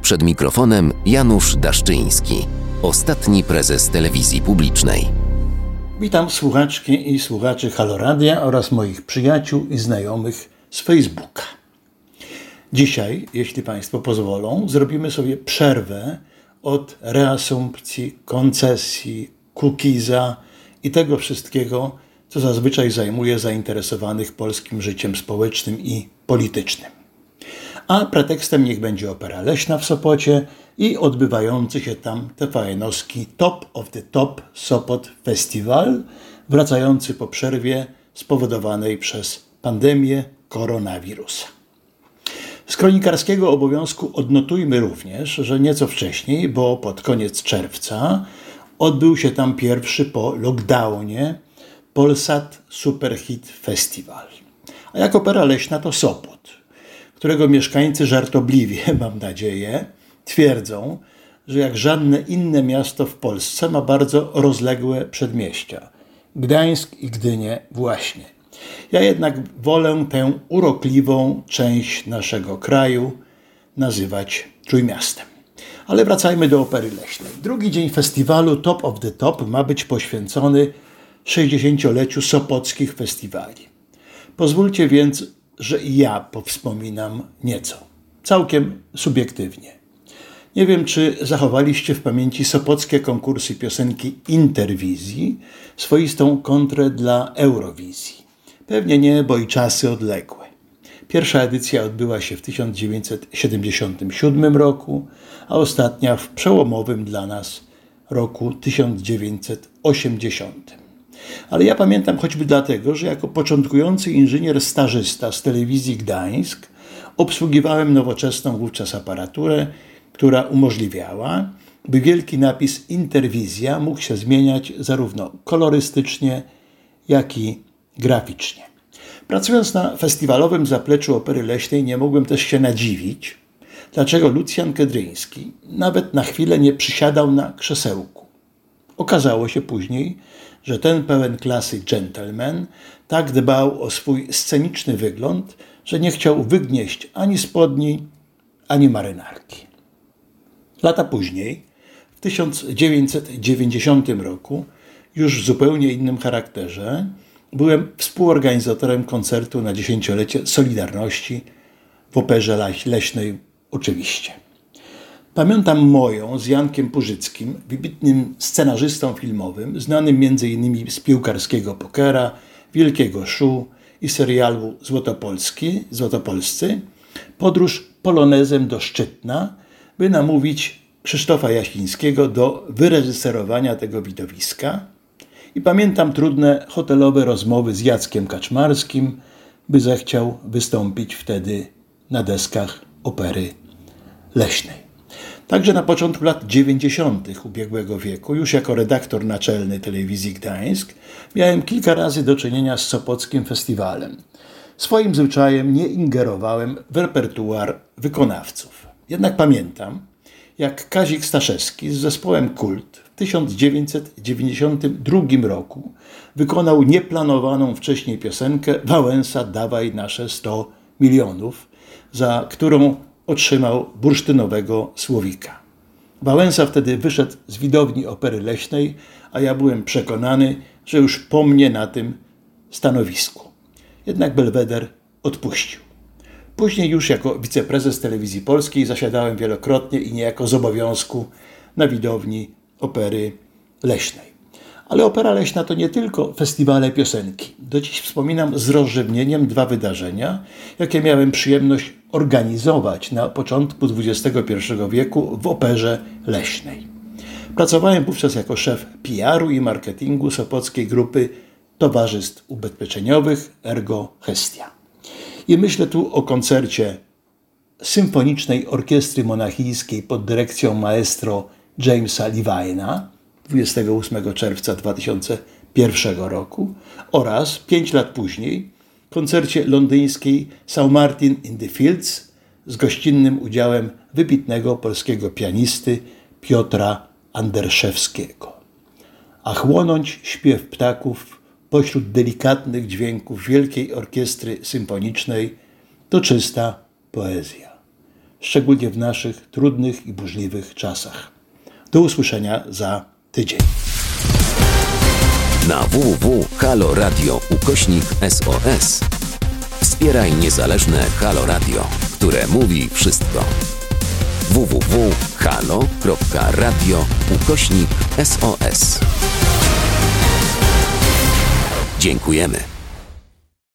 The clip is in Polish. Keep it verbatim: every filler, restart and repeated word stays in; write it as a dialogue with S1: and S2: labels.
S1: Przed mikrofonem Janusz Daszczyński, ostatni prezes telewizji publicznej.
S2: Witam słuchaczki i słuchaczy Halo Radia oraz moich przyjaciół i znajomych z Facebooka. Dzisiaj, jeśli Państwo pozwolą, zrobimy sobie przerwę od reasumpcji, koncesji, cookiesa i tego wszystkiego, co zazwyczaj zajmuje zainteresowanych polskim życiem społecznym i politycznym. A pretekstem niech będzie Opera Leśna w Sopocie i odbywający się tam te T V N-owski Top of the Top Sopot Festival, wracający po przerwie spowodowanej przez pandemię koronawirusa. Z kronikarskiego obowiązku odnotujmy również, że nieco wcześniej, bo pod koniec czerwca, odbył się tam pierwszy po lockdownie Polsat Superhit Festival. A jak Opera Leśna to Sopot, którego mieszkańcy żartobliwie, mam nadzieję, twierdzą, że jak żadne inne miasto w Polsce ma bardzo rozległe przedmieścia. Gdańsk i Gdynię właśnie. Ja jednak wolę tę urokliwą część naszego kraju nazywać Trójmiastem. Ale wracajmy do Opery Leśnej. Drugi dzień festiwalu Top of the Top ma być poświęcony sześćdziesięcioleciu sopockich festiwali. Pozwólcie więc, że i ja powspominam nieco, całkiem subiektywnie. Nie wiem, czy zachowaliście w pamięci sopockie konkursy piosenki Interwizji, swoistą kontrę dla Eurowizji. Pewnie nie, bo i czasy odległe. Pierwsza edycja odbyła się w tysiąc dziewięćset siedemdziesiątym siódmym roku, a ostatnia w przełomowym dla nas roku tysiąc dziewięćset osiemdziesiątym. Ale ja pamiętam choćby dlatego, że jako początkujący inżynier stażysta z telewizji Gdańsk obsługiwałem nowoczesną wówczas aparaturę, która umożliwiała, by wielki napis Interwizja mógł się zmieniać zarówno kolorystycznie, jak i graficznie. Pracując na festiwalowym zapleczu Opery Leśnej nie mogłem też się nadziwić, dlaczego Lucjan Kedryński nawet na chwilę nie przysiadał na krzesełku. Okazało się później, że ten pełen klasy gentleman tak dbał o swój sceniczny wygląd, że nie chciał wygnieść ani spodni, ani marynarki. Lata później, w tysiąc dziewięćset dziewięćdziesiątym roku, już w zupełnie innym charakterze, byłem współorganizatorem koncertu na dziesięciolecie Solidarności w Operze Leśnej oczywiście. Pamiętam moją z Jankiem Purzyckim, wybitnym scenarzystą filmowym, znanym między innymi z piłkarskiego Pokera, Wielkiego Szu i serialu Złotopolski, Złotopolscy, podróż polonezem do Szczytna, by namówić Krzysztofa Jasińskiego do wyreżyserowania tego widowiska. I pamiętam trudne hotelowe rozmowy z Jackiem Kaczmarskim, by zechciał wystąpić wtedy na deskach Opery Leśnej. Także na początku lat dziewięćdziesiątych ubiegłego wieku, już jako redaktor naczelny telewizji Gdańsk, miałem kilka razy do czynienia z sopockim festiwalem. Swoim zwyczajem nie ingerowałem w repertuar wykonawców. Jednak pamiętam, jak Kazik Staszewski z zespołem Kult w tysiąc dziewięćset dziewięćdziesiątym drugim roku wykonał nieplanowaną wcześniej piosenkę Wałęsa dawaj nasze sto milionów, za którą otrzymał bursztynowego słowika. Wałęsa wtedy wyszedł z widowni Opery Leśnej, a ja byłem przekonany, że już po mnie na tym stanowisku. Jednak Belweder odpuścił. Później już jako wiceprezes Telewizji Polskiej zasiadałem wielokrotnie i niejako z obowiązku na widowni Opery Leśnej. Ale Opera Leśna to nie tylko festiwale piosenki. Do dziś wspominam z rozrzewnieniem dwa wydarzenia, jakie miałem przyjemność organizować na początku dwudziestego pierwszego wieku w Operze Leśnej. Pracowałem wówczas jako szef P R u i marketingu sopockiej grupy towarzystw ubezpieczeniowych Ergo Hestia. I myślę tu o koncercie Symfonicznej Orkiestry Monachijskiej pod dyrekcją maestro Jamesa Levine'a dwudziestego ósmego czerwca dwa tysiące pierwszego roku oraz pięć lat później koncercie londyńskiej Saint Martin in the Fields z gościnnym udziałem wybitnego polskiego pianisty Piotra Anderszewskiego. A chłonąć śpiew ptaków pośród delikatnych dźwięków Wielkiej Orkiestry Symfonicznej to czysta poezja. szczególnie w naszych trudnych i burzliwych czasach. Do usłyszenia za tydzień.
S1: Na w w w kropka halo radio ukośnik S O S wspieraj niezależne Halo Radio, które mówi wszystko. w w w kropka halo kropka radio ukośnik S O S. Dziękujemy.